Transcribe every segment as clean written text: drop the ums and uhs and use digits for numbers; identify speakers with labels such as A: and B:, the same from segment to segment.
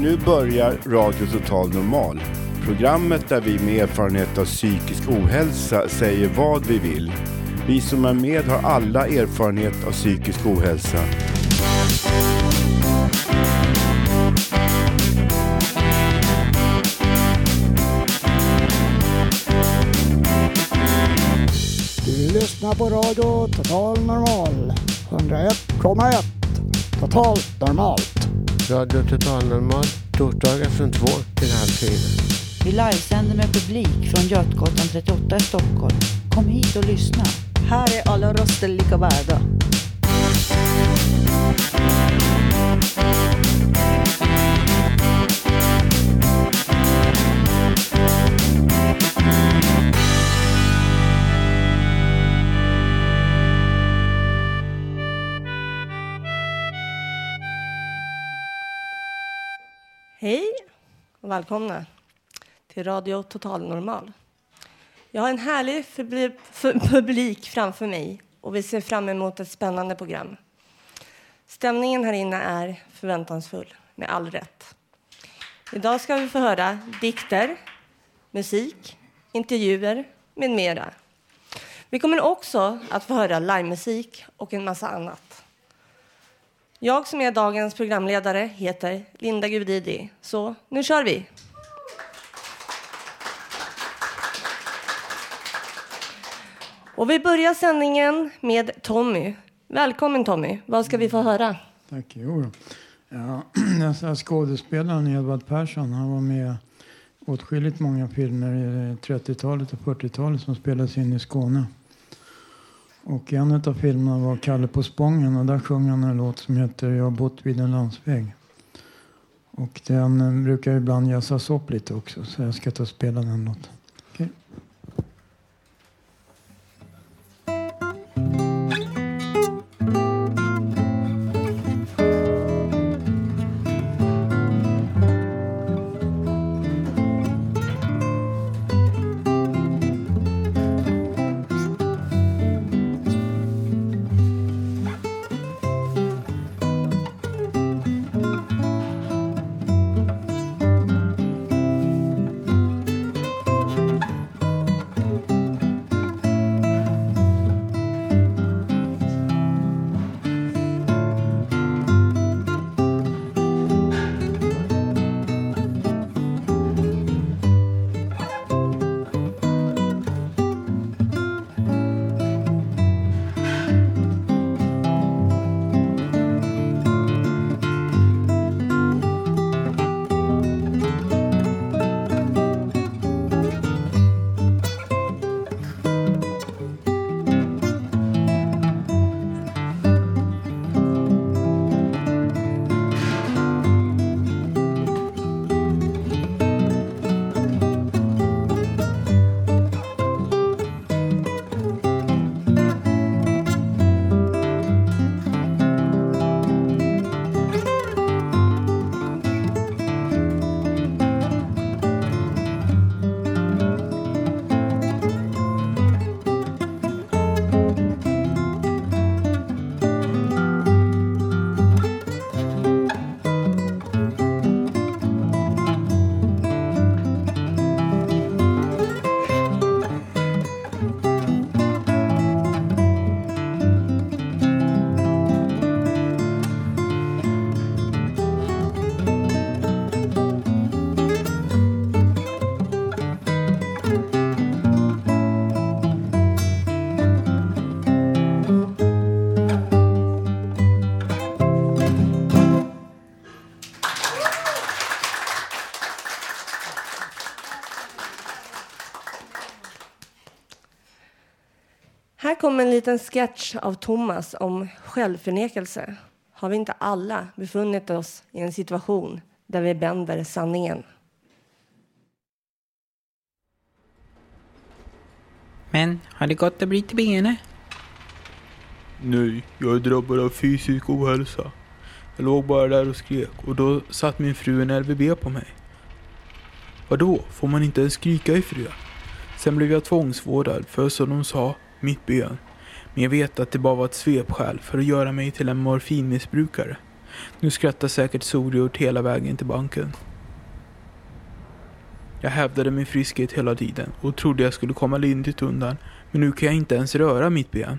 A: Nu börjar Radio Total Normal. Programmet där vi med erfarenhet av psykisk ohälsa säger vad vi vill. Vi som är med har alla erfarenhet av psykisk ohälsa.
B: Du lyssnar på Radio Total Normal. 101,1. Total normalt.
C: Radio Total Normal. Torsdagar från 2 till halv 4.
D: Vi livesänder med publik från Götgatan 38 i Stockholm. Kom hit och lyssna.
E: Här är alla röster lika värda.
F: Hej och välkomna till Radio Total Normal. Jag har en härlig publik framför mig och vi ser fram emot ett spännande program. Stämningen här inne är förväntansfull, med all rätt. Idag ska vi få höra dikter, musik, intervjuer med mera. Vi kommer också att få höra livemusik och en massa annat. Jag som är dagens programledare heter Linda Gudidi. Så nu kör vi! Och vi börjar sändningen med Tommy. Välkommen Tommy. Vad ska vi få höra?
G: Tack. Jo. Ja, den skådespelaren Edvard Persson, han var med åtskilligt många filmer i 30-talet och 40-talet som spelades in i Skåne. Och en av filmerna var Kalle på Spången och där sjöng han en låt som heter Jag har bott vid en landsväg. Och den brukar ibland jassas upp lite också, så jag ska ta och spela den låten. Okej.
F: Här kommer en liten sketch av Thomas om självförnekelse. Har vi inte alla befunnit oss i en situation där vi bänder sanningen?
H: Men har det gått att bli till benen?
I: Nej, jag är drabbad av fysisk ohälsa. Jag låg bara där och skrek och då satt min fru en LVB på mig. Vadå? Får man inte ens skrika i fred? Sen blev jag tvångsvårdad för som de sa, mitt ben. Men jag vet att det bara var ett svepskäl för att göra mig till en morfinmissbrukare. Nu skrattar säkert solgjort hela vägen till banken. Jag hävdade min friskhet hela tiden och trodde jag skulle komma lindrigt undan, men nu kan jag inte ens röra mitt ben.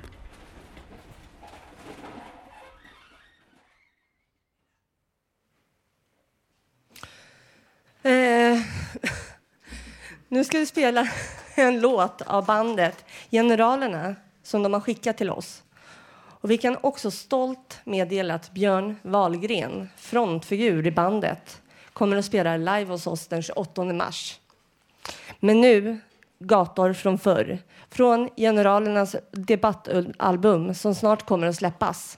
F: Nu ska vi spela en låt av bandet Generalerna som de har skickat till oss. Och vi kan också stolt meddela att Björn Wahlgren, frontfigur i bandet, kommer att spela live hos oss den 28 mars. Men nu, gator från förr. Från Generalernas debattalbum som snart kommer att släppas.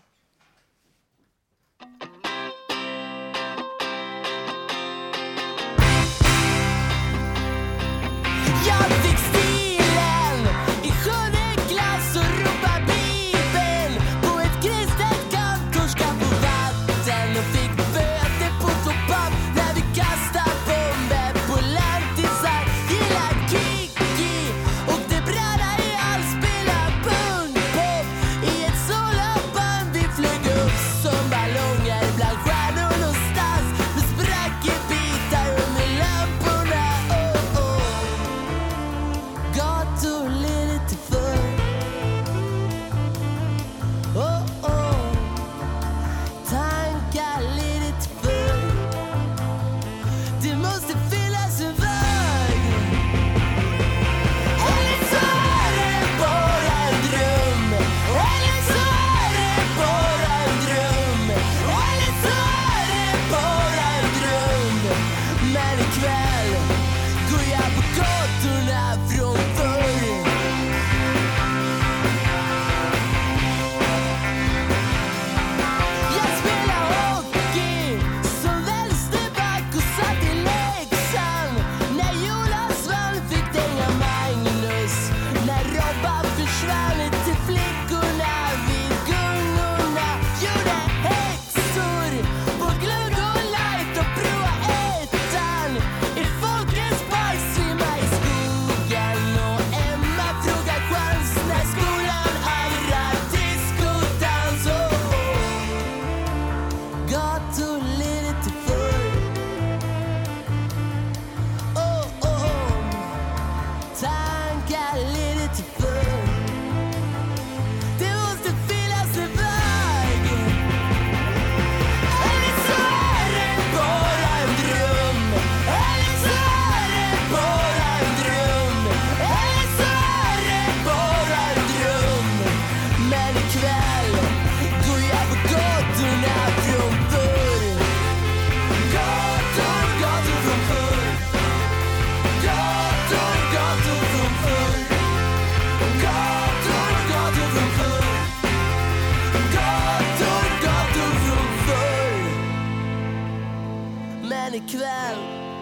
J: Ikväll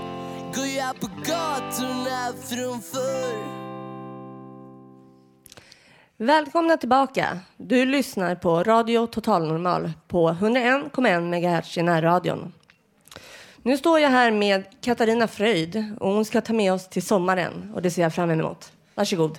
J: går jag på gatorna från förr.
F: Välkomna tillbaka. Du lyssnar på Radio Total Normal på 101,1 MHz i närradion. Nu står jag här med Katarina Fröjd och hon ska ta med oss till sommaren och det ser jag fram emot. Varsågod.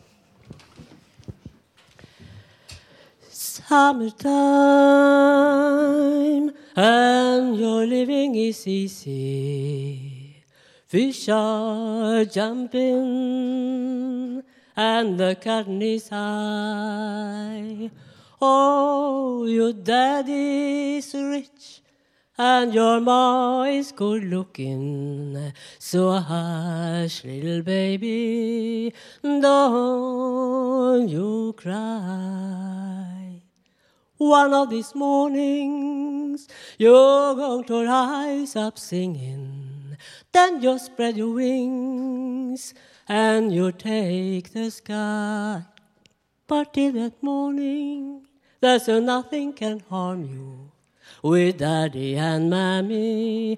K: Summertime and your living is easy. Fish are jumping and the curtain is high. Oh, your daddy's rich and your ma is good looking. So hush, little baby, don't you cry. One of these mornings you're going to rise up singing. Then you spread your wings and you take the sky. But till that morning there's nothing can harm you. With daddy and mommy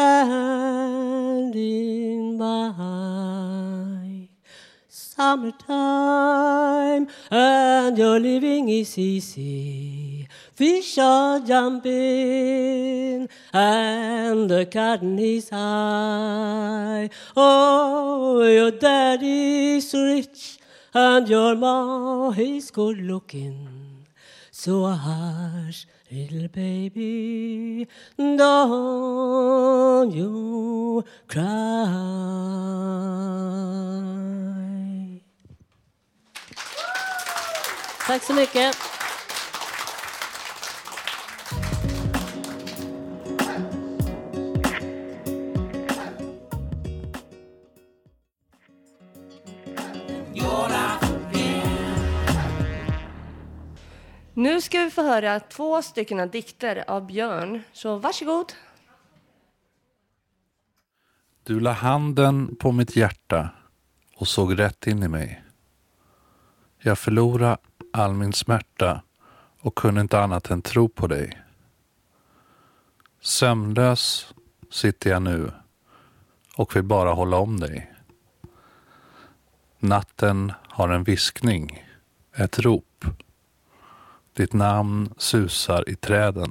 K: standing by. Summertime and your living is easy. Fish are jumping and the curtain is high. Oh, your daddy's rich and your ma is good looking. So hush, Little baby, don't you cry. Tack så mycket.
F: Nu ska vi få höra 2 stycken dikter av Björn, så varsågod.
L: Du la handen på mitt hjärta och såg rätt in i mig. Jag förlorade all min smärta och kunde inte annat än tro på dig. Sömnlös sitter jag nu och vill bara hålla om dig. Natten har en viskning, ett rop. Ditt namn susar i träden.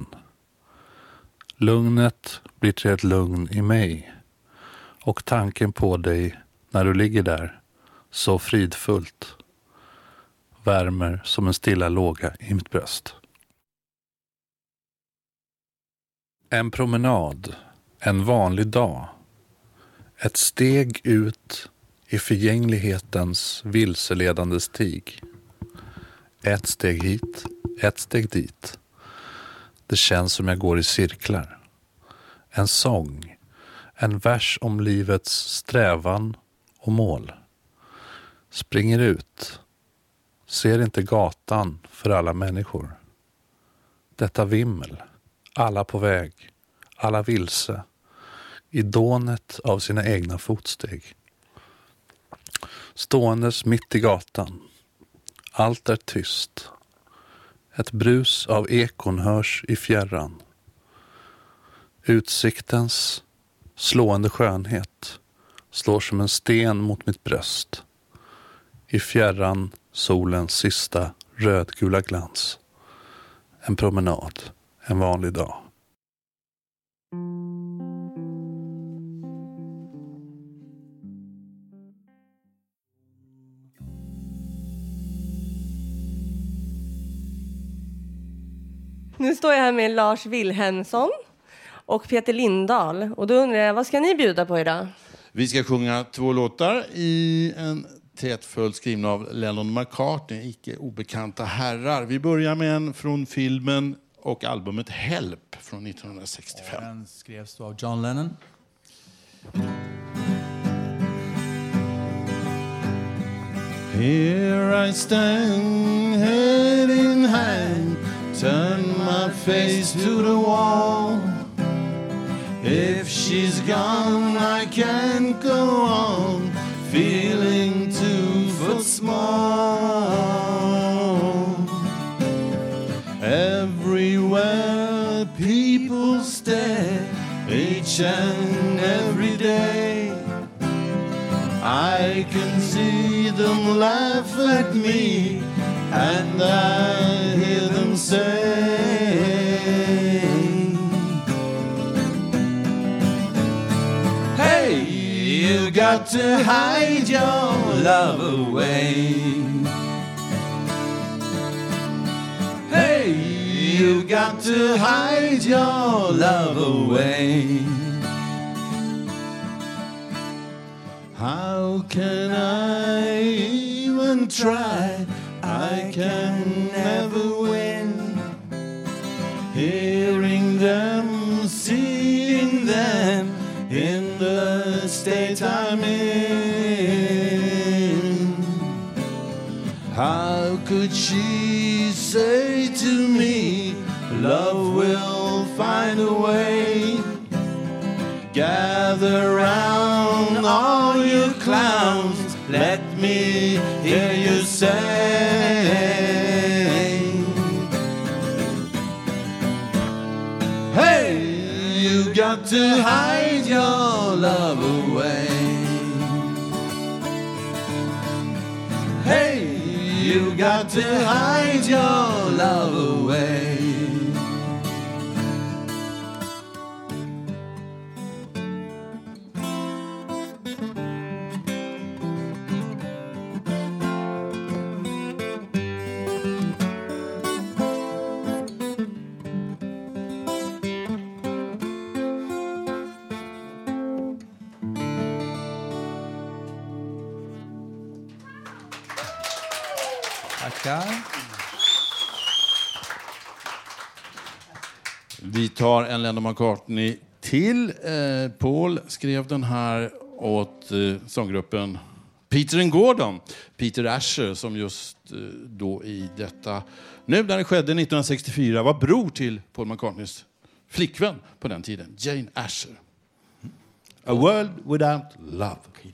L: Lugnet blir till ett lugn i mig. Och tanken på dig när du ligger där, så fridfullt, värmer som en stilla låga i mitt bröst. En promenad, en vanlig dag. Ett steg ut i förgänglighetens vilseledande stig. Ett steg hit, ett steg dit. Det känns som jag går i cirklar. En sång, en vers om livets strävan och mål. Springer ut, ser inte gatan för alla människor. Detta vimmel, alla på väg, alla vilse, i dånet av sina egna fotsteg. Ståendes mitt i gatan, allt är tyst. Ett brus av ekon hörs i fjärran. Utsiktens slående skönhet slår som en sten mot mitt bröst. I fjärran solens sista rödgula glans. En promenad, en vanlig dag.
F: Nu står jag här med Lars Wilhelmsson och Peter Lindahl. Och då undrar jag, vad ska ni bjuda på idag?
M: Vi ska sjunga 2 låtar i en tätföljd skriven av Lennon McCartney, icke obekanta herrar. Vi börjar med en från filmen och albumet Help från 1965.
N: Den skrevs av John Lennon.
M: Here I stand, head in hand, turn my face to the wall. If she's gone, I can't go on, feeling 2 foot small. Everywhere people stare, each and every day. I can see them laugh at me, and I hear them say, hey, you got to hide your love away. Hey, you got to hide your love away. How can I even try? I can never win. Hearing them, seeing them in the state I'm in. How could she say to me, love will find a way? Gather round all you clowns, let me hear you say, hey, you got to hide your love away. Hey, you got to hide your love away.
N: Tackar.
M: Vi tar en Lennon McCartney till. Paul skrev den här åt sånggruppen Peter and Gordon. Peter Asher som just då i detta, nu när det skedde 1964, var bror till Paul McCartneys flickvän på den tiden, Jane Asher. A World Without Love.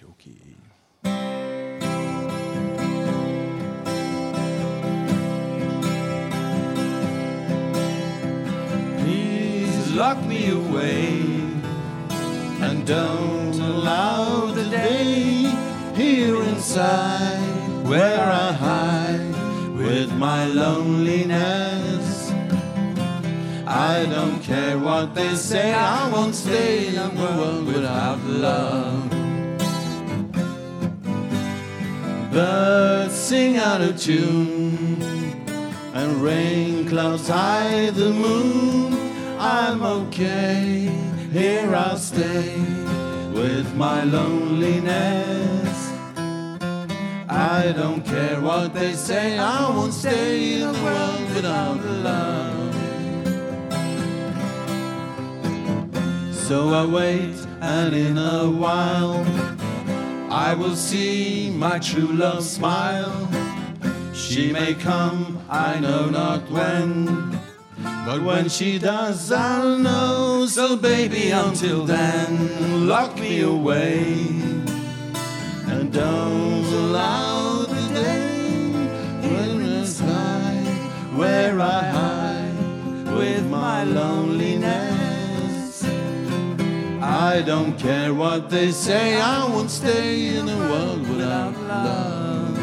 J: Please lock me away and don't allow the day here inside where I hide with my loneliness. I don't care what they say, I won't stay in a world without love. Birds sing out of tune and rain clouds hide the moon. I'm okay, here I'll stay with my loneliness. I don't care what they say, I won't stay in a world without love. So I wait, and in a while I will see my true love smile. She may come, I know not when, but when she does I'll know. So baby, until then, lock me away and don't allow the day when it's night where I hide with my loneliness. I don't care what they say, I won't stay in a world without love.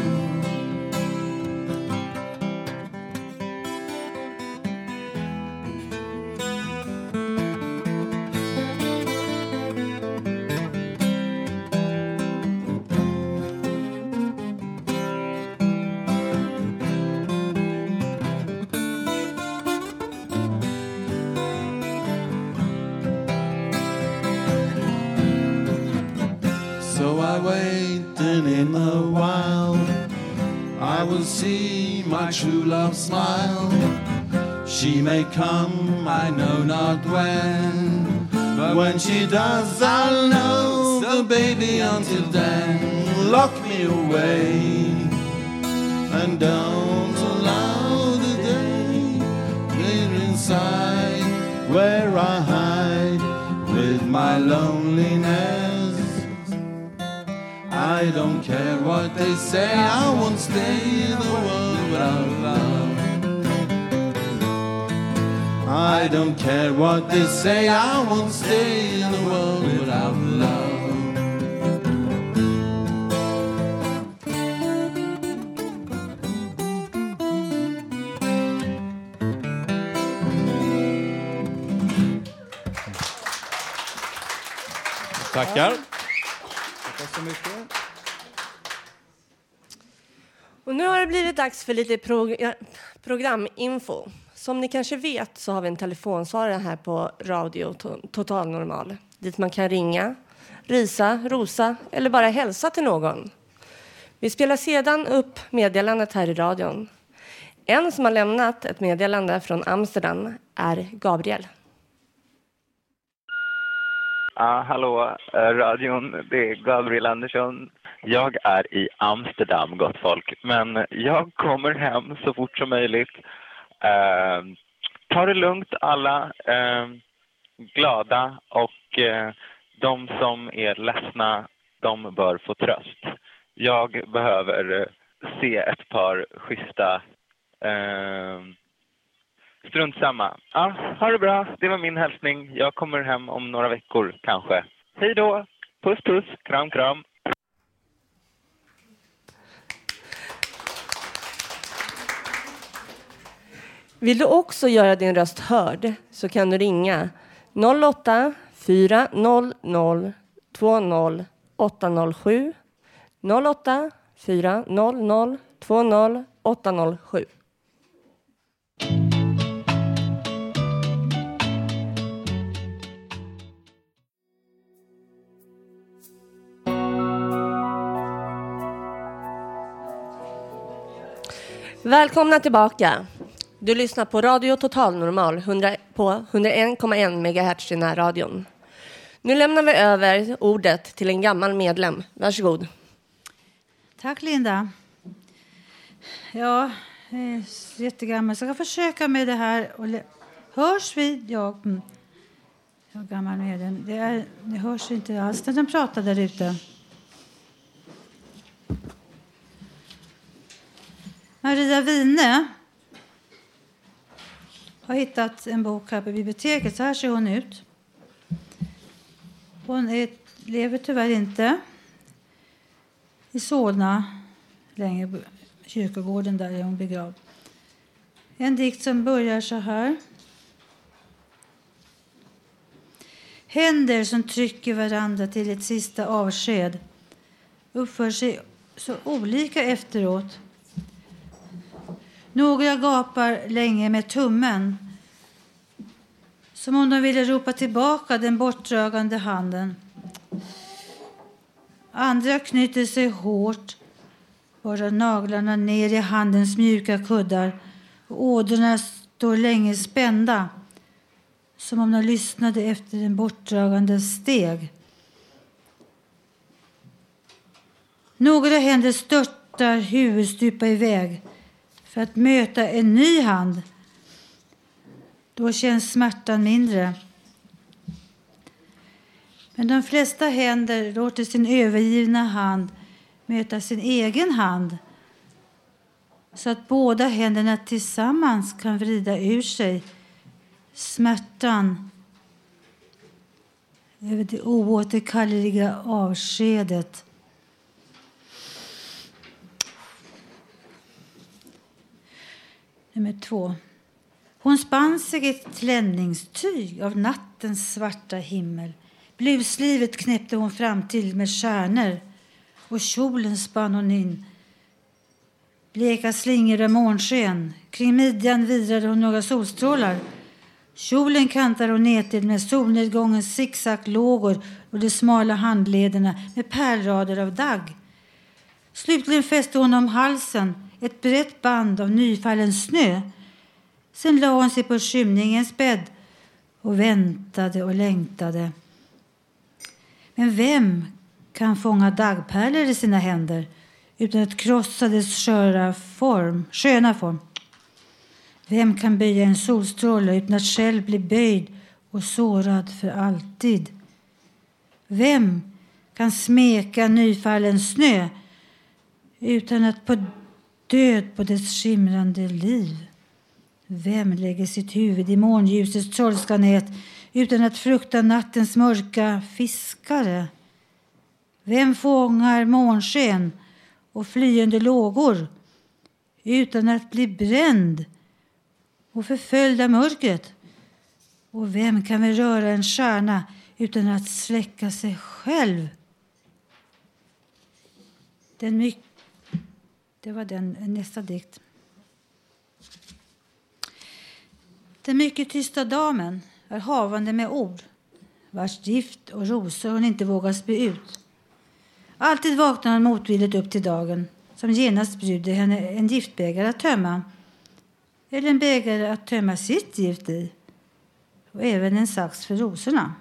J: So I wait, and in a while I will see my true love smile. She may come, I know not when, but when she does I'll know. So baby, until then, lock me away and don't allow the day here inside where I hide with my loneliness. I don't care what they say, I won't stay in the world without love. I don't care what they say, I won't stay in the world without love.
M: Tackar.
G: Tack så mycket.
F: Och nu har det blivit dags för lite programinfo. Som ni kanske vet så har vi en telefonsvarare här på Radio Total Normal. Dit man kan ringa, risa, rosa eller bara hälsa till någon. Vi spelar sedan upp meddelandet här i radion. En som har lämnat ett meddelande från Amsterdam är Gabriel.
O: Hallå, radion, det är Gabriel Andersson. Jag är i Amsterdam, gott folk. Men jag kommer hem så fort som möjligt. Ta det lugnt alla. Glada och de som är ledsna, de bör få tröst. Jag behöver se ett par schyssta... Strunt samma. Ja, ha det bra. Det var min hälsning. Jag kommer hem om några veckor kanske. Hej då. Puss puss. Kram kram.
F: Vill du också göra din röst hörd så kan du ringa 08 400 20 807 08 400 20 807. Välkomna tillbaka. Du lyssnar på Radio Total Normal på 101,1 MHz i närradion. Nu lämnar vi över ordet till en gammal medlem. Varsågod.
P: Tack Linda. Ja, jättegammal. Så jag ska försöka med det här. Hörs vi? Ja, jag är gammal medlem. Det hörs inte alls när de pratar där ute. Maria Wine har hittat en bok här på biblioteket. Så här ser hon ut. Hon lever tyvärr inte i Solna längre. Kyrkogården där är hon begravd. En dikt som börjar så här. Händer som trycker varandra till ett sista avsked uppför sig så olika efteråt. Några gapar länge med tummen som om de ville ropa tillbaka den bortdragande handen. Andra knyter sig hårt, bara naglarna ner i handens mjuka kuddar och ådrorna står länge spända som om de lyssnade efter en bortdragande steg. Några händer störtar huvudstupa iväg för att möta en ny hand. Då känns smärtan mindre. Men de flesta händer låter sin övergivna hand möta sin egen hand så att båda händerna tillsammans kan vrida ur sig smärtan över det oåterkalleliga avskedet. Nummer 2. Hon spann sig ett klänningstyg av nattens svarta himmel. Bluslivet knäppte hon fram till med stjärnor och kjolen spann hon in. Bleka slingor av månsken. Kring midjan virade hon några solstrålar. Kjolen kantade hon ner till med solnedgångens zigzaglågor och de smala handlederna med pärlrader av dagg. Slutligen fäste hon om halsen ett brett band av nyfallen snö. Sen la hon sig på skymningens bädd och väntade och längtade. Men vem kan fånga daggpärlor i sina händer utan att krossa dess sköna form? Vem kan böja en solstråle utan att själv bli böjd och sårad för alltid? Vem kan smeka nyfallen snö utan att på död på dess skimrande liv? Vem lägger sitt huvud i månljusets trollska nät utan att frukta nattens mörka fiskare? Vem fångar månsken och flyende lågor utan att bli bränd och förföljd av mörkret? Och vem kan väl röra en stjärna utan att släcka sig själv? Det var nästa dikt. Den mycket tysta damen är havande med ord, vars gift och rosor hon inte vågar spy ut. Alltid vaknar hon motvilligt upp till dagen, som genast bjuder henne en giftbägare att tömma, eller en bägare att tömma sitt gift i, och även en sax för rosorna.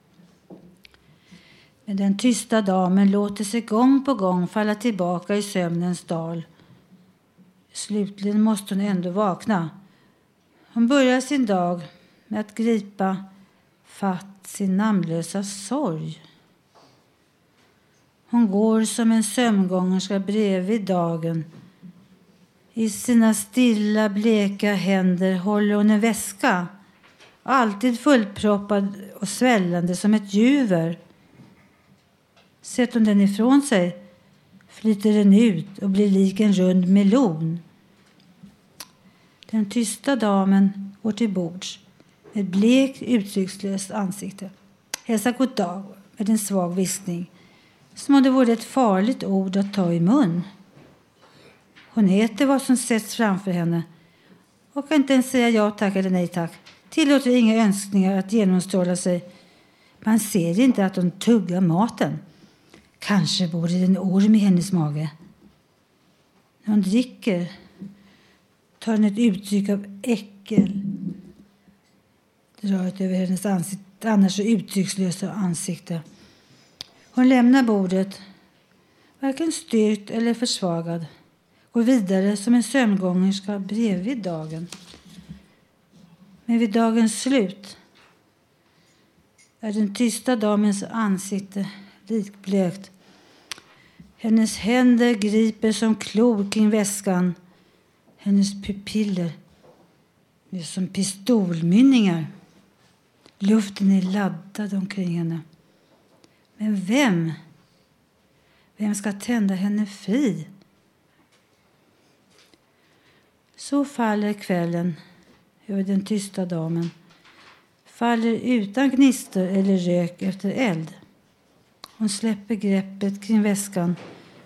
P: Men den tysta damen låter sig gång på gång falla tillbaka i sömnens dal. Slutligen måste hon ändå vakna. Hon börjar sin dag med att gripa fatt sin namnlösa sorg. Hon går som en sömngångerska bredvid dagen. I sina stilla, bleka händer håller hon en väska, alltid fullproppad och svällande som ett juver. Sätter hon den ifrån sig flyter den ut och blir lik en rund melon. Den tysta damen går till bords med blekt, uttryckslöst ansikte. Hälsar god dag med en svag viskning, som om det vore ett farligt ord att ta i mun. Hon äter vad som sätts framför henne och kan inte ens säga ja tack eller nej tack. Tillåter inga önskningar att genomstråla sig. Man ser inte att hon tuggar maten. Kanske bor det en orm i hennes mage. När hon dricker tar hon ett uttryck av äckel. Drar över hennes ansikte, annars så uttryckslösa ansikte. Hon lämnar bordet, varken styrkt eller försvagad. Går vidare som en sömngångerska bredvid dagen. Men vid dagens slut är den tysta damens ansikte likblekt. Hennes händer griper som klor kring väskan. Hennes pupiller är som pistolmynningar. Luften är laddad omkring henne. Men vem? Vem ska tända henne fri? Så faller kvällen över den tysta damen. Faller utan gnistor eller rök efter eld. Hon släpper greppet kring väskan.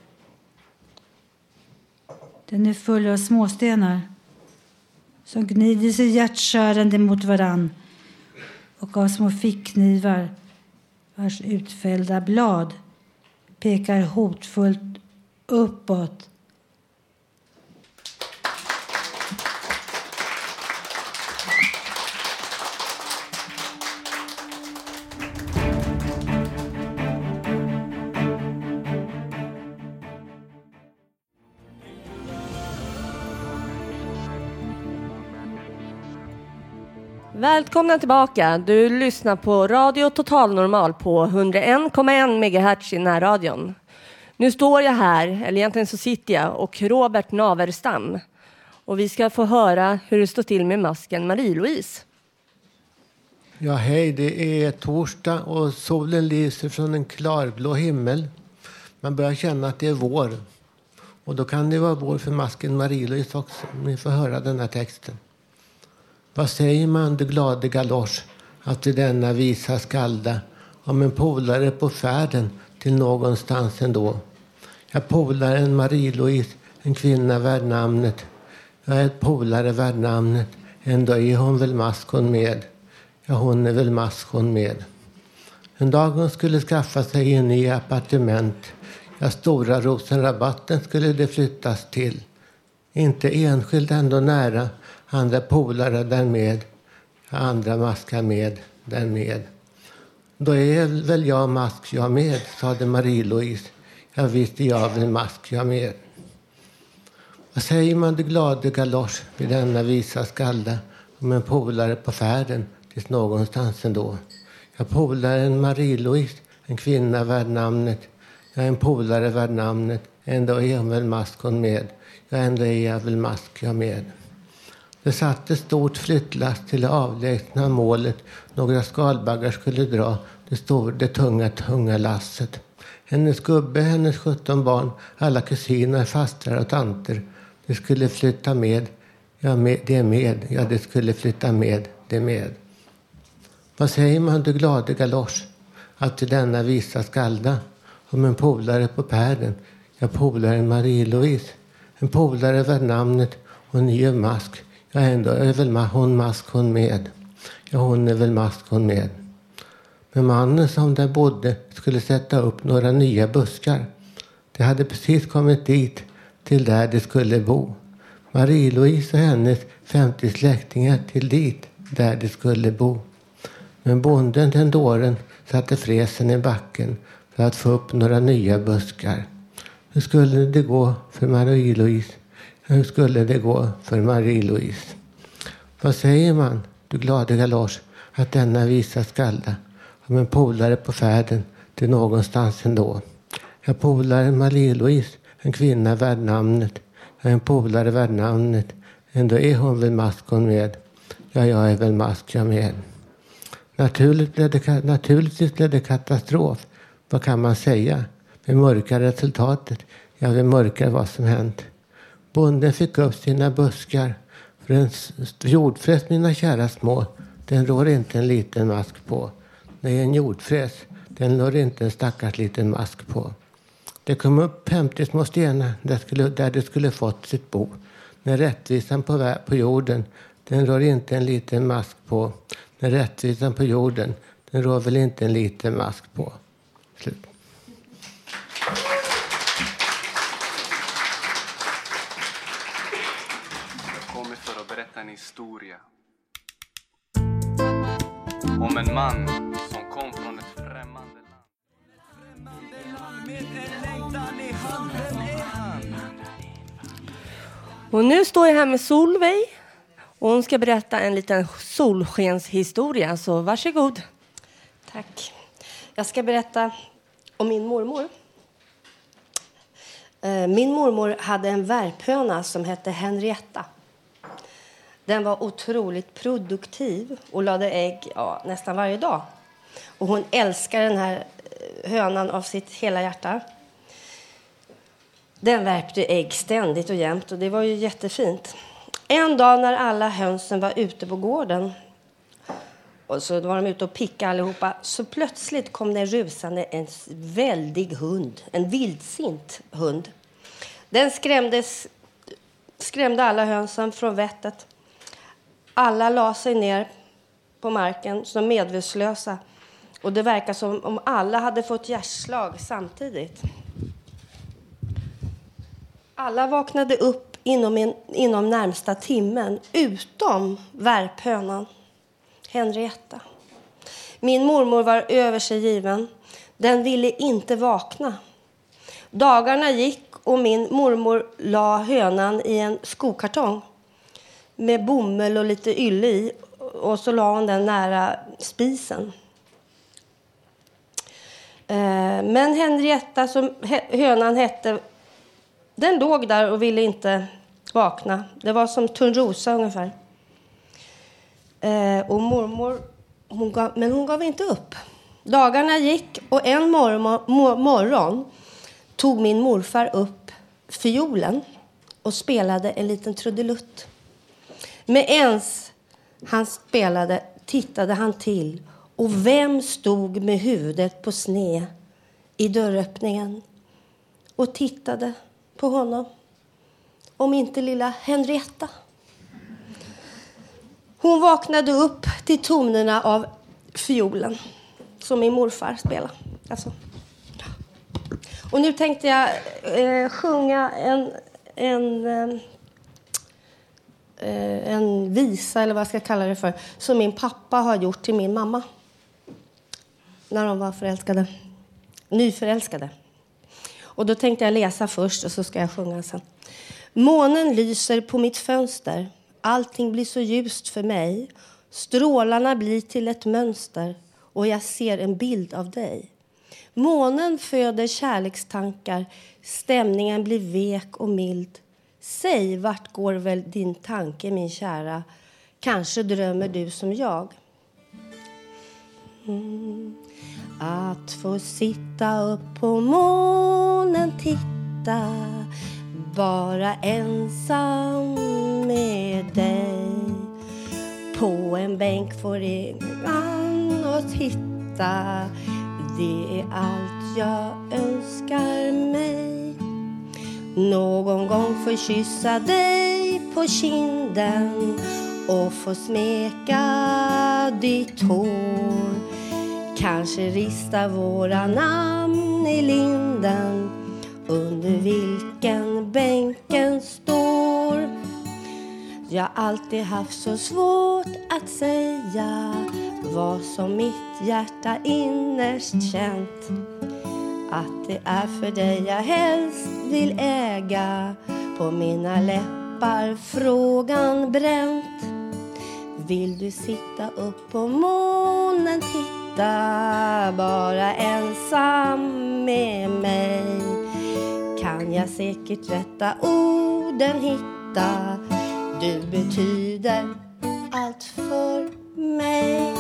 P: Den är full av småstenar som gnider sig hjärtskärande mot varann och av små fickknivar vars utfällda blad pekar hotfullt uppåt.
F: Välkomna tillbaka. Du lyssnar på Radio Total Normal på 101,1 MHz i närradion. Nu står jag här, eller egentligen så sitter jag, och Robert Naverstam. Och vi ska få höra hur det står till med masken Marie-Louise.
C: Ja, hej, det är torsdag och solen lyser från en klarblå himmel. Man börjar känna att det är vår. Och då kan det vara vår för masken Marie-Louise också. Ni får höra den här texten. Vad säger man, du glade galosch, att du denna visa skalda om en polare på färden till någonstans ändå? Jag polaren Marie-Louise, en kvinna värd namnet. Jag är ett polare värd namnet, ändå är hon väl maskon med. Ja, hon är väl maskon med. En dag hon skulle skaffa sig en ny appartement. Ja, Stora Rosenrabatten skulle det flyttas till. Inte enskilt, ändå nära. Andra polare därmed, andra maskar med därmed. Då är väl jag mask jag med, sade Marie-Louise. Jag visste jag väl mask jag med. Vad säger man, du glade galosch, vid denna visa skalda om en polare på färden tills någonstans ändå? Jag polaren Marie-Louise, en kvinna värd namnet. Jag är en polare värd namnet, ändå är hon väl maskon med. Ja, ändå är jag väl mask jag med. Det satt ett stort flyttlast till det avlägsna målet. Några skalbaggar skulle dra det tunga lasset. Hennes gubbe, hennes 17 barn, alla kusiner, fastrar och tanter. Det skulle flytta med. Ja, det med. Ja, det skulle flytta med. Det med. Vad säger man, du glade galosch, att till denna visa skalda om en polare på pärden? Ja, polaren Marie-Louise. En polare värd namnet och ny mask. Ja, ändå är väl hon mask hon med. Ja, hon är väl mask hon med. Men mannen som där bodde skulle sätta upp några nya buskar. Det hade precis kommit dit till där det skulle bo. Marie-Louise och hennes 50 släktingar till dit där det skulle bo. Men bonden, den dåren, satte fräsen i backen för att få upp några nya buskar. Hur skulle det gå för Marie-Louise? Hur skulle det gå för Marie-Louise? Vad säger man, du glade galosch, att denna visa skalda om en polare på färden till någonstans ändå? Jag polaren Marie-Louise, en kvinna värd namnet. Jag är en polare värd namnet. Ändå är väl maskon med. Ja, jag är väl mask jag med. Naturligtvis blev det katastrof. Vad kan man säga? Vi mörkar resultatet. Ja, vi mörkar vad som hänt. Bonden fick upp sina buskar. För en jordfräs, mina kära små, den rår inte en liten mask på. Nej, en jordfräs, den rår inte en stackars liten mask på. Det kom upp 50 små stenar där det skulle fått sitt bo. När rättvisan på jorden, den rår inte en liten mask på. När rättvisan på jorden, den rår väl inte en liten mask på. Slut.
Q: berätta en historia om en man som kom från ett främmande land.
F: Och nu står jag här med Solveig och hon ska berätta en liten solskenshistoria, så varsågod.
R: Tack. Jag ska berätta om min mormor. Min mormor hade en värphöna som hette Henrietta. Den var otroligt produktiv och lade ägg nästan varje dag. Och hon älskade den här hönan av sitt hela hjärta. Den värpte ägg ständigt och jämt och det var ju jättefint. En dag när alla hönsen var ute på gården och så var de ute och pickade allihopa, så plötsligt kom det rusande en väldig hund, en vildsint hund. Den skrämde alla hönsen från vettet. Alla la sig ner på marken som medvetslösa och det verkar som om alla hade fått hjärtslag samtidigt. Alla vaknade upp inom närmsta timmen, utom värphönan Henrietta. Min mormor var över sig given. Den ville inte vakna. Dagarna gick och min mormor la hönan i en skokartong med bomull och lite ylle i, och så la hon den nära spisen. Men Henrietta, som hönan hette, den låg där och ville inte vakna. Det var som Törnrosa ungefär. Och mormor, hon gav inte upp. Dagarna gick och en morgon tog min morfar upp fiolen och spelade en liten trudelutt. Med ens han spelade tittade han till, och vem stod med huvudet på sned i dörröppningen och tittade på honom? Om inte lilla Henrietta. Hon vaknade upp till tonerna av fiolen som min morfar spelade. Alltså. Och nu tänkte jag sjunga en visa, eller vad jag ska kalla det för, som min pappa har gjort till min mamma när de var nyförälskade. Och då tänkte jag läsa först och så ska jag sjunga sen. Månen lyser på mitt fönster. Allting blir så ljust för mig. Strålarna blir till ett mönster och jag ser en bild av dig. Månen föder kärlekstankar. Stämningen blir vek och mild. Säg, vart går väl din tanke, min kära? Kanske drömmer du som jag. Att få sitta upp på månen, titta, vara ensam med dig. På en bänk får ingen att hitta. Det är allt jag önskar mig. Någon gång få kyssa dig på kinden och få smeka ditt hår. Kanske rista våra namn i linden under vilken bänken står. Jag har alltid haft så svårt att säga vad som mitt hjärta innerst känt. Att det är för dig jag helst vill äga. På mina läppar frågan bränt. Vill du sitta upp på månen, titta, bara ensam med mig. Kan jag säkert rätta orden hitta. Du betyder allt för mig.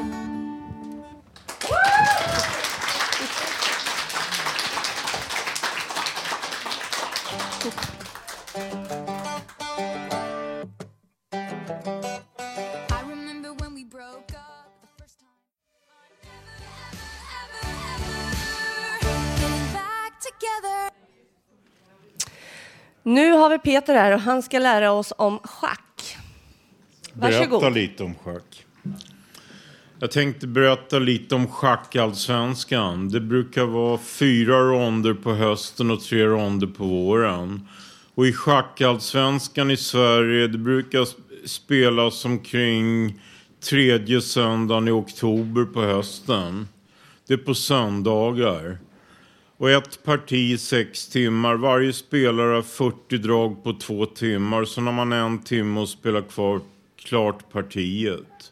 F: Nu har vi Peter här och han ska lära oss om schack. Varsågod.
S: Berätta lite om schack. Jag tänkte berätta lite om schackallsvenskan. Det brukar vara 4 ronder på hösten och 3 ronder på våren. Och i schackallsvenskan i Sverige, det brukar spelas omkring 3:e söndagen i oktober på hösten. Det är på söndagar. Och ett parti 6 timmar. Varje spelare har 40 drag på 2 timmar. Så när man 1 timme och spelar klart partiet.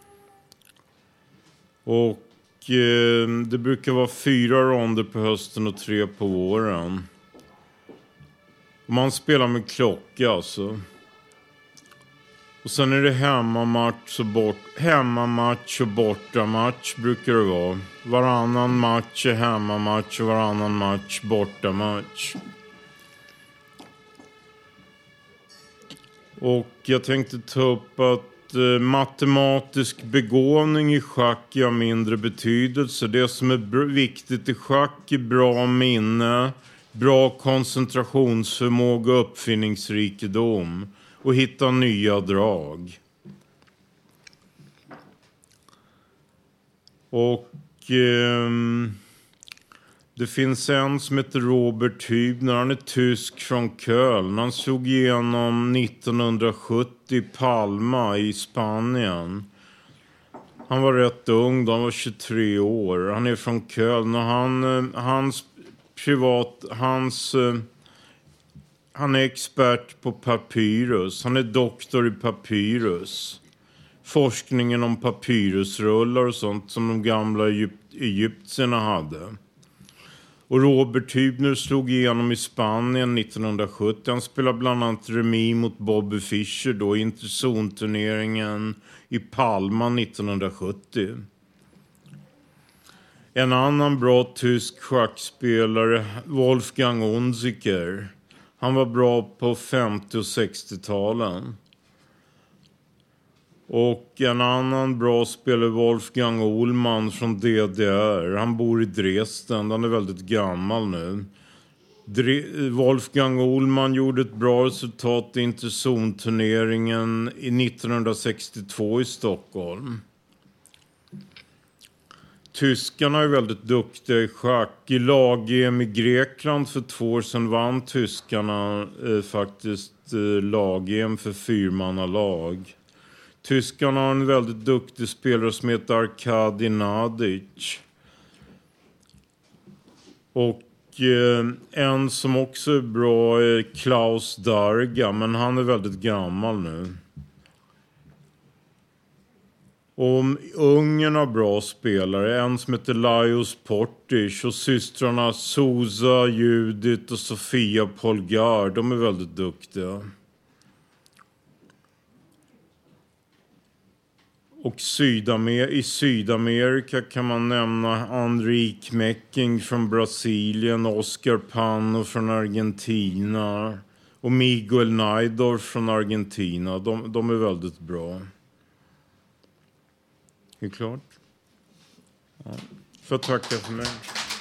S: Och det brukar vara 4 ronder på hösten och 3 på våren. Och man spelar med klocka alltså. Och sen är det hemmamatch och bortamatch brukar det vara. Varannan match är hemmamatch och varannan match bortamatch. Och jag tänkte ta upp att matematisk begåvning i schack är av mindre betydelse. Det som är viktigt i schack är bra minne, bra koncentrationsförmåga och uppfinningsrikedom. Och hitta nya drag. Och det finns en som heter Robert Hübner. Han är tysk från Köln. Han slog igenom 1970 i Palma i Spanien. Han var rätt ung, han var 23 år. Han är från Köln och han är expert på papyrus. Han är doktor i papyrus. Forskningen om papyrusrullar och sånt som de gamla egyptierna hade. Och Robert Hübner slog igenom i Spanien 1970. Han spelade bland annat remis mot Bobby Fischer då i interzonturneringen i Palma 1970. En annan bra tysk schackspelare, Wolfgang Unziker. Han var bra på 50- och 60-talen. Och en annan bra spelare, Wolfgang Ullmann från DDR. Han bor i Dresden, han är väldigt gammal nu. Wolfgang Ullmann gjorde ett bra resultat i interzonturneringen i 1962 i Stockholm. Tyskarna är väldigt duktiga i schack. I lag-EM i Grekland för 2 år sedan vann tyskarna faktiskt lag-EM för 4-mannalag. Tyskarna har en väldigt duktig spelare som heter Arkadi Nadic. Och en som också är bra är Klaus Darga, men han är väldigt gammal nu. Och Ungern har bra spelare. En som heter Lajos Portisch och systrarna Souza, Judith och Sofia Polgar. De är väldigt duktiga. Och i Sydamerika kan man nämna Enrique Mecking från Brasilien, Oscar Pano från Argentina och Miguel Naidor från Argentina. De är väldigt bra. Är det klart? Ja. Får tacka för mig.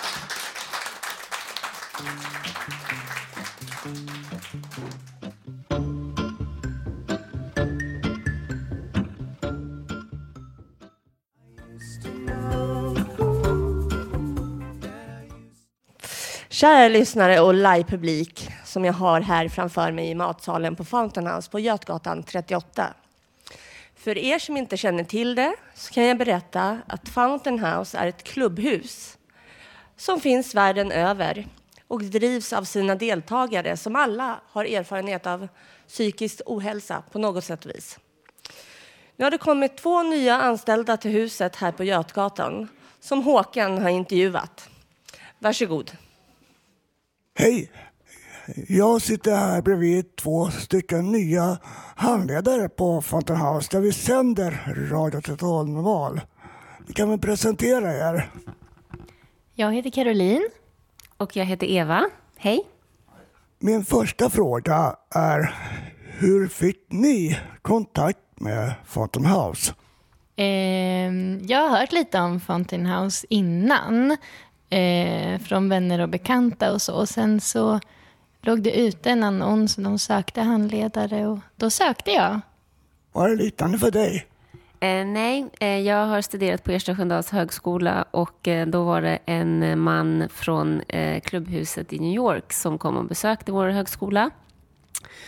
F: Kära lyssnare och livepublik som jag har här framför mig i matsalen på Fountain House på Götgatan 38. För er som inte känner till det så kan jag berätta att Fountain House är ett klubbhus som finns världen över och drivs av sina deltagare som alla har erfarenhet av psykisk ohälsa på något sätt och vis. Nu har det kommit 2 nya anställda till huset här på Götgatan som Håkan har intervjuat. Varsågod.
B: Hej! Jag sitter här bredvid 2 stycken nya handledare på Fountain House där vi sänder Radio Total Normal. Vi kan väl presentera er.
T: Jag heter Caroline och jag heter Eva. Hej!
B: Min första fråga är, hur fick ni kontakt med Fountain House?
T: Jag har hört lite om Fountain House innan. Från vänner och bekanta och så. Och sen så låg det ute en annons och de sökte handledare och då sökte jag.
B: Var det liknande för dig?
T: Nej, jag har studerat på Ersta Sköndals högskola och då var det en man från klubbhuset i New York som kom och besökte vår högskola.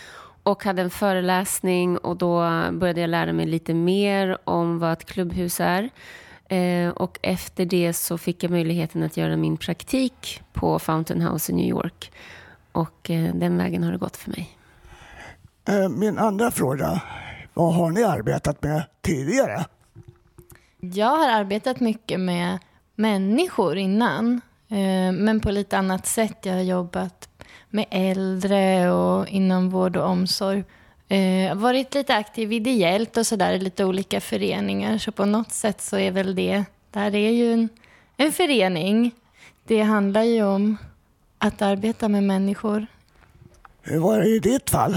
U: och hade en föreläsning och då började jag lära mig lite mer om vad ett klubbhus är. Och efter det så fick jag möjligheten att göra min praktik på Fountain House i New York. Och den vägen har det gått för mig.
B: Min andra fråga, vad har ni arbetat med tidigare?
T: Jag har arbetat mycket med människor innan, men på lite annat sätt. Jag har jobbat med äldre och inom vård och omsorg. Varit lite aktiv ideellt och sådär i lite olika föreningar. Så på något sätt så är väl det, där är ju en förening. Det handlar ju om att arbeta med människor.
B: Hur var det i ditt fall?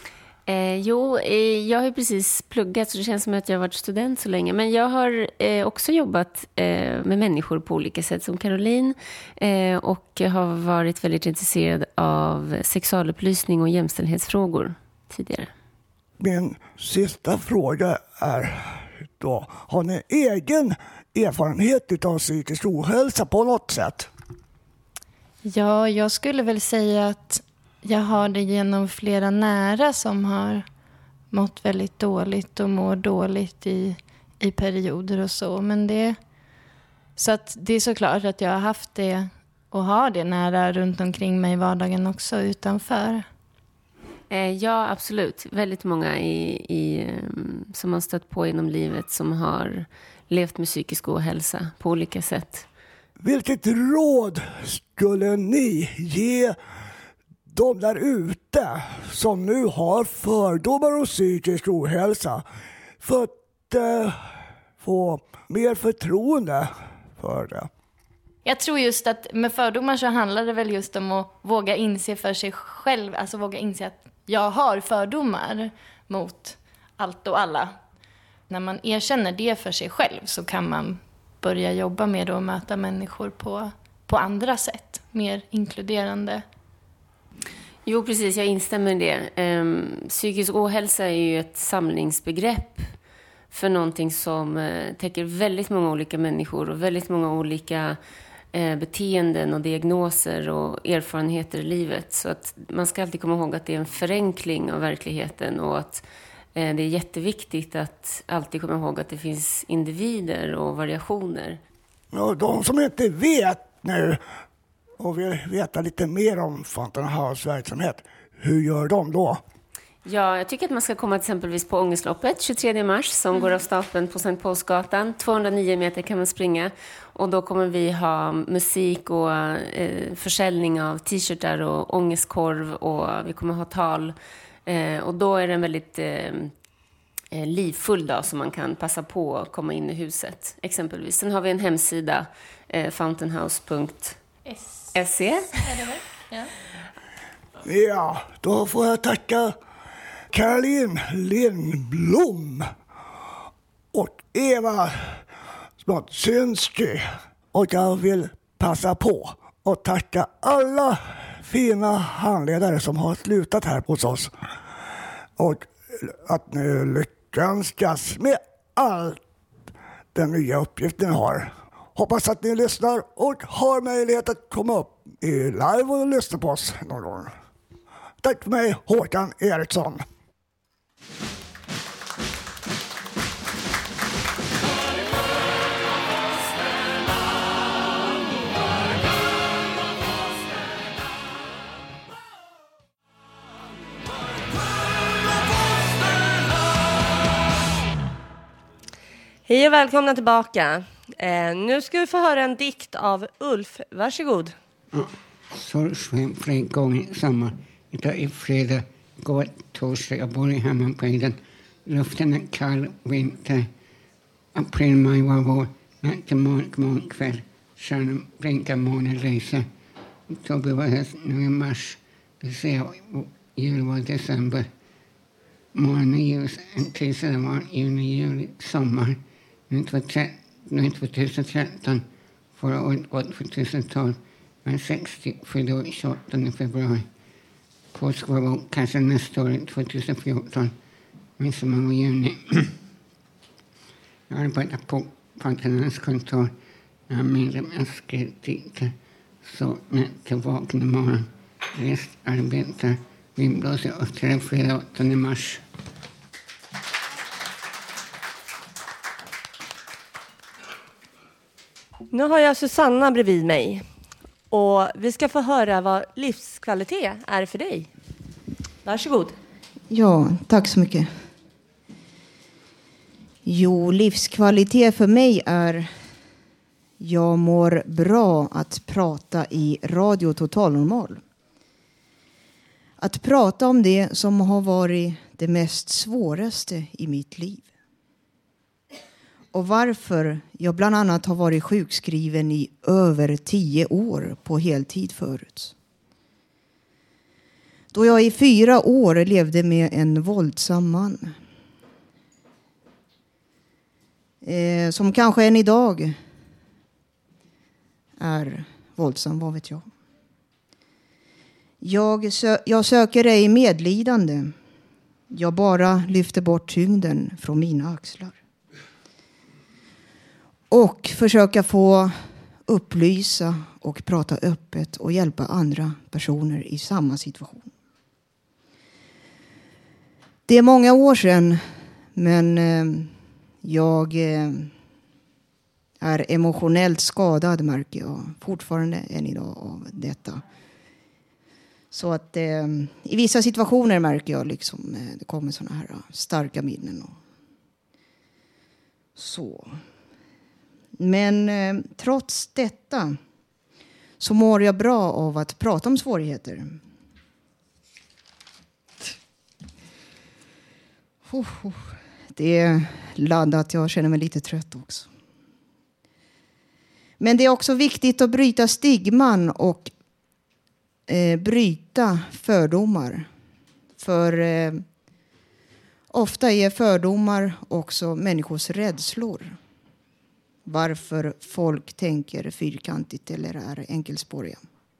U: Jag har ju precis pluggat så det känns som att jag har varit student så länge. Men jag har också jobbat med människor på olika sätt som Caroline. Och har varit väldigt intresserad av sexualupplysning och jämställdhetsfrågor tidigare.
B: Min sista fråga är då, har ni egen erfarenhet av psykisk ohälsa på något sätt?
T: Ja, jag skulle väl säga att jag har det genom flera nära som har mått väldigt dåligt och mår dåligt i perioder och så. Men så att det är såklart att jag har haft det och har det nära runt omkring mig i vardagen också utanför.
U: Ja, absolut. Väldigt många som har stött på inom livet som har levt med psykisk ohälsa på olika sätt.
B: Vilket råd skulle ni ge de där ute som nu har fördomar och psykisk ohälsa för att få mer förtroende för det?
T: Jag tror just att med fördomar så handlar det väl just om att våga inse för sig själv, alltså våga inse att jag har fördomar mot allt och alla. När man erkänner det för sig själv så kan man börja jobba med att möta människor på andra sätt, mer inkluderande.
U: Jo, precis. Jag instämmer i det. Psykisk ohälsa är ju ett samlingsbegrepp för någonting som täcker väldigt många olika människor och väldigt många olika beteenden och diagnoser och erfarenheter i livet. Så att man ska alltid komma ihåg att det är en förenkling av verkligheten och att det är jätteviktigt att alltid komma ihåg att det finns individer och variationer.
B: Ja, de som inte vet nu och vill veta lite mer om Fountain House verksamhet, hur gör de då?
U: Ja, jag tycker att man ska komma exempelvis på Ångestloppet 23 mars som går av stapeln på Sankt Paulsgatan. 209 meter kan man springa och då kommer vi ha musik och försäljning av t-shirtar och ångestkorv och vi kommer ha tal. Och då är det en väldigt livfull dag som man kan passa på att komma in i huset exempelvis. Sen har vi en hemsida, fountainhouse.se.
B: Ja, då får jag tacka Caroline Lindblom och Eva Smodzinski. Och jag vill passa på att tacka alla fina handledare som har slutat här hos oss. Och att ni lyckas med allt den nya uppgiften ni har. Hoppas att ni lyssnar och har möjlighet att komma upp i live och lyssna på oss någon gång. Tack för mig, Håkan Eriksson.
F: Hej och välkomna tillbaka. Nu ska vi få höra en dikt av Ulf. Varsågod.
V: Ja, solsken flera gånger samma. Idag är fredag, går torsdag. Jag bor i Hammarbyhöjden. Luften är kall, vinter. April, maj var vår. Natt, morgon, kväll. Stjärnan blinkar, månen lyser. Oktober var höst, nu är mars. Det ser jag, jul var december. Morgon är ljus, en tisdag var juni, juli, sommar. Nu är 2013, förra året var 2012. Men 60 fyllde 28 februari. Påsk var kanske nästa år, 2014. Midsommar var juni. Jag arbetar på Fountain kontor. Jag har medlem skrivit så när jag vaknar imorgon. Rest arbetar Vindblåser och fredag 8 mars.
F: Nu har jag Susanna bredvid mig. Och vi ska få höra vad livskvalitet är för dig. Varsågod.
A: Ja, tack så mycket. Jo, livskvalitet för mig är... Jag mår bra att prata i Radio Total Normal. Att prata om det som har varit det mest svåraste i mitt liv. Och varför jag bland annat har varit sjukskriven i över 10 år på heltid förut. Då jag i 4 år levde med en våldsam man. Som kanske än idag är våldsam, vad vet jag. Jag söker ej medlidande. Jag bara lyfter bort tyngden från mina axlar. Och försöka få upplysa och prata öppet och hjälpa andra personer i samma situation. Det är många år sedan, men jag är emotionellt skadad, märker jag fortfarande än idag av detta. Så att i vissa situationer märker jag liksom det kommer såna här starka minnen och så. Men trots detta så mår jag bra av att prata om svårigheter. Det är laddat, jag känner mig lite trött också. Men det är också viktigt att bryta stigman och bryta fördomar. För ofta är fördomar också människors rädslor. Varför folk tänker fyrkantigt eller är enkelspåriga.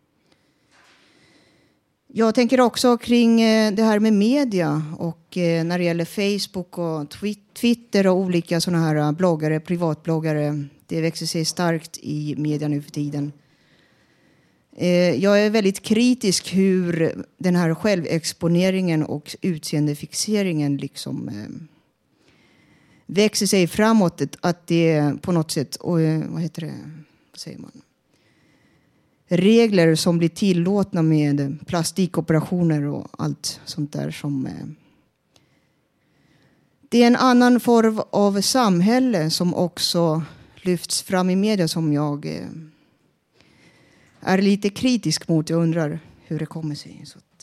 A: Jag tänker också kring det här med media och när det gäller Facebook och Twitter och olika sådana här bloggare, privatbloggare. Det växer sig starkt i media nu för tiden. Jag är väldigt kritisk hur den här självexponeringen och utseendefixeringen liksom växer sig framåt. Att det på något sätt, vad säger man? Regler som blir tillåtna med plastikoperationer och allt sånt där som... Det är en annan form av samhälle som också lyfts fram i media som jag är lite kritisk mot. Jag undrar hur det kommer sig. Så att,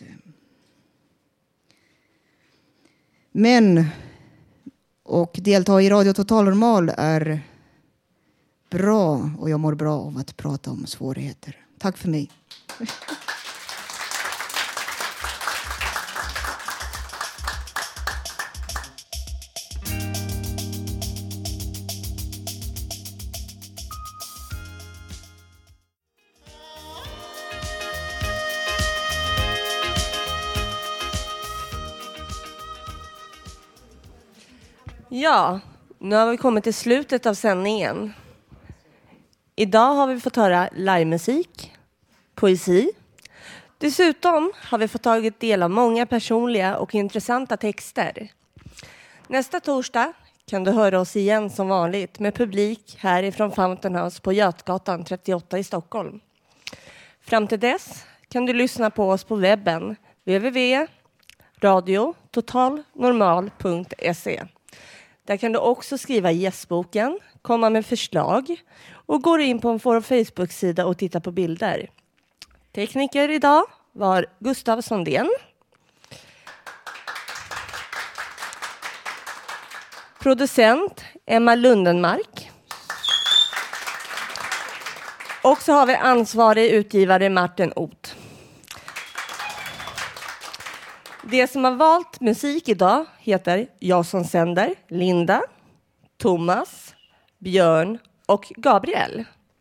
A: men och delta i Radio Total Normal är bra och jag mår bra av att prata om svårigheter. Tack för mig.
F: Ja, nu har vi kommit till slutet av sändningen. Idag har vi fått höra livemusik, poesi. Dessutom har vi fått tagit del av många personliga och intressanta texter. Nästa torsdag kan du höra oss igen som vanligt med publik härifrån Fountain House på Götgatan 38 i Stockholm. Fram till dess kan du lyssna på oss på webben www.radiototalnormal.se. Där kan du också skriva gästboken, komma med förslag och gå in på vår Facebook-sida och titta på bilder. Tekniker idag var Gustav Sondén. Producent Emma Lundenmark. Och så har vi ansvarig utgivare Martin Oth. Det som har valt musik idag heter Jag som sänder, Linda, Thomas, Björn och Gabriel.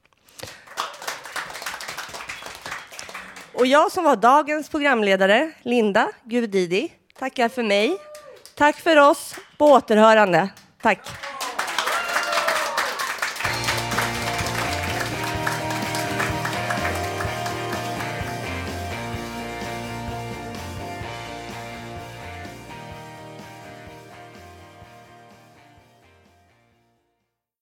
F: Och jag som var dagens programledare, Linda Gudidi, tackar för mig. Tack för oss, på återhörande. Tack.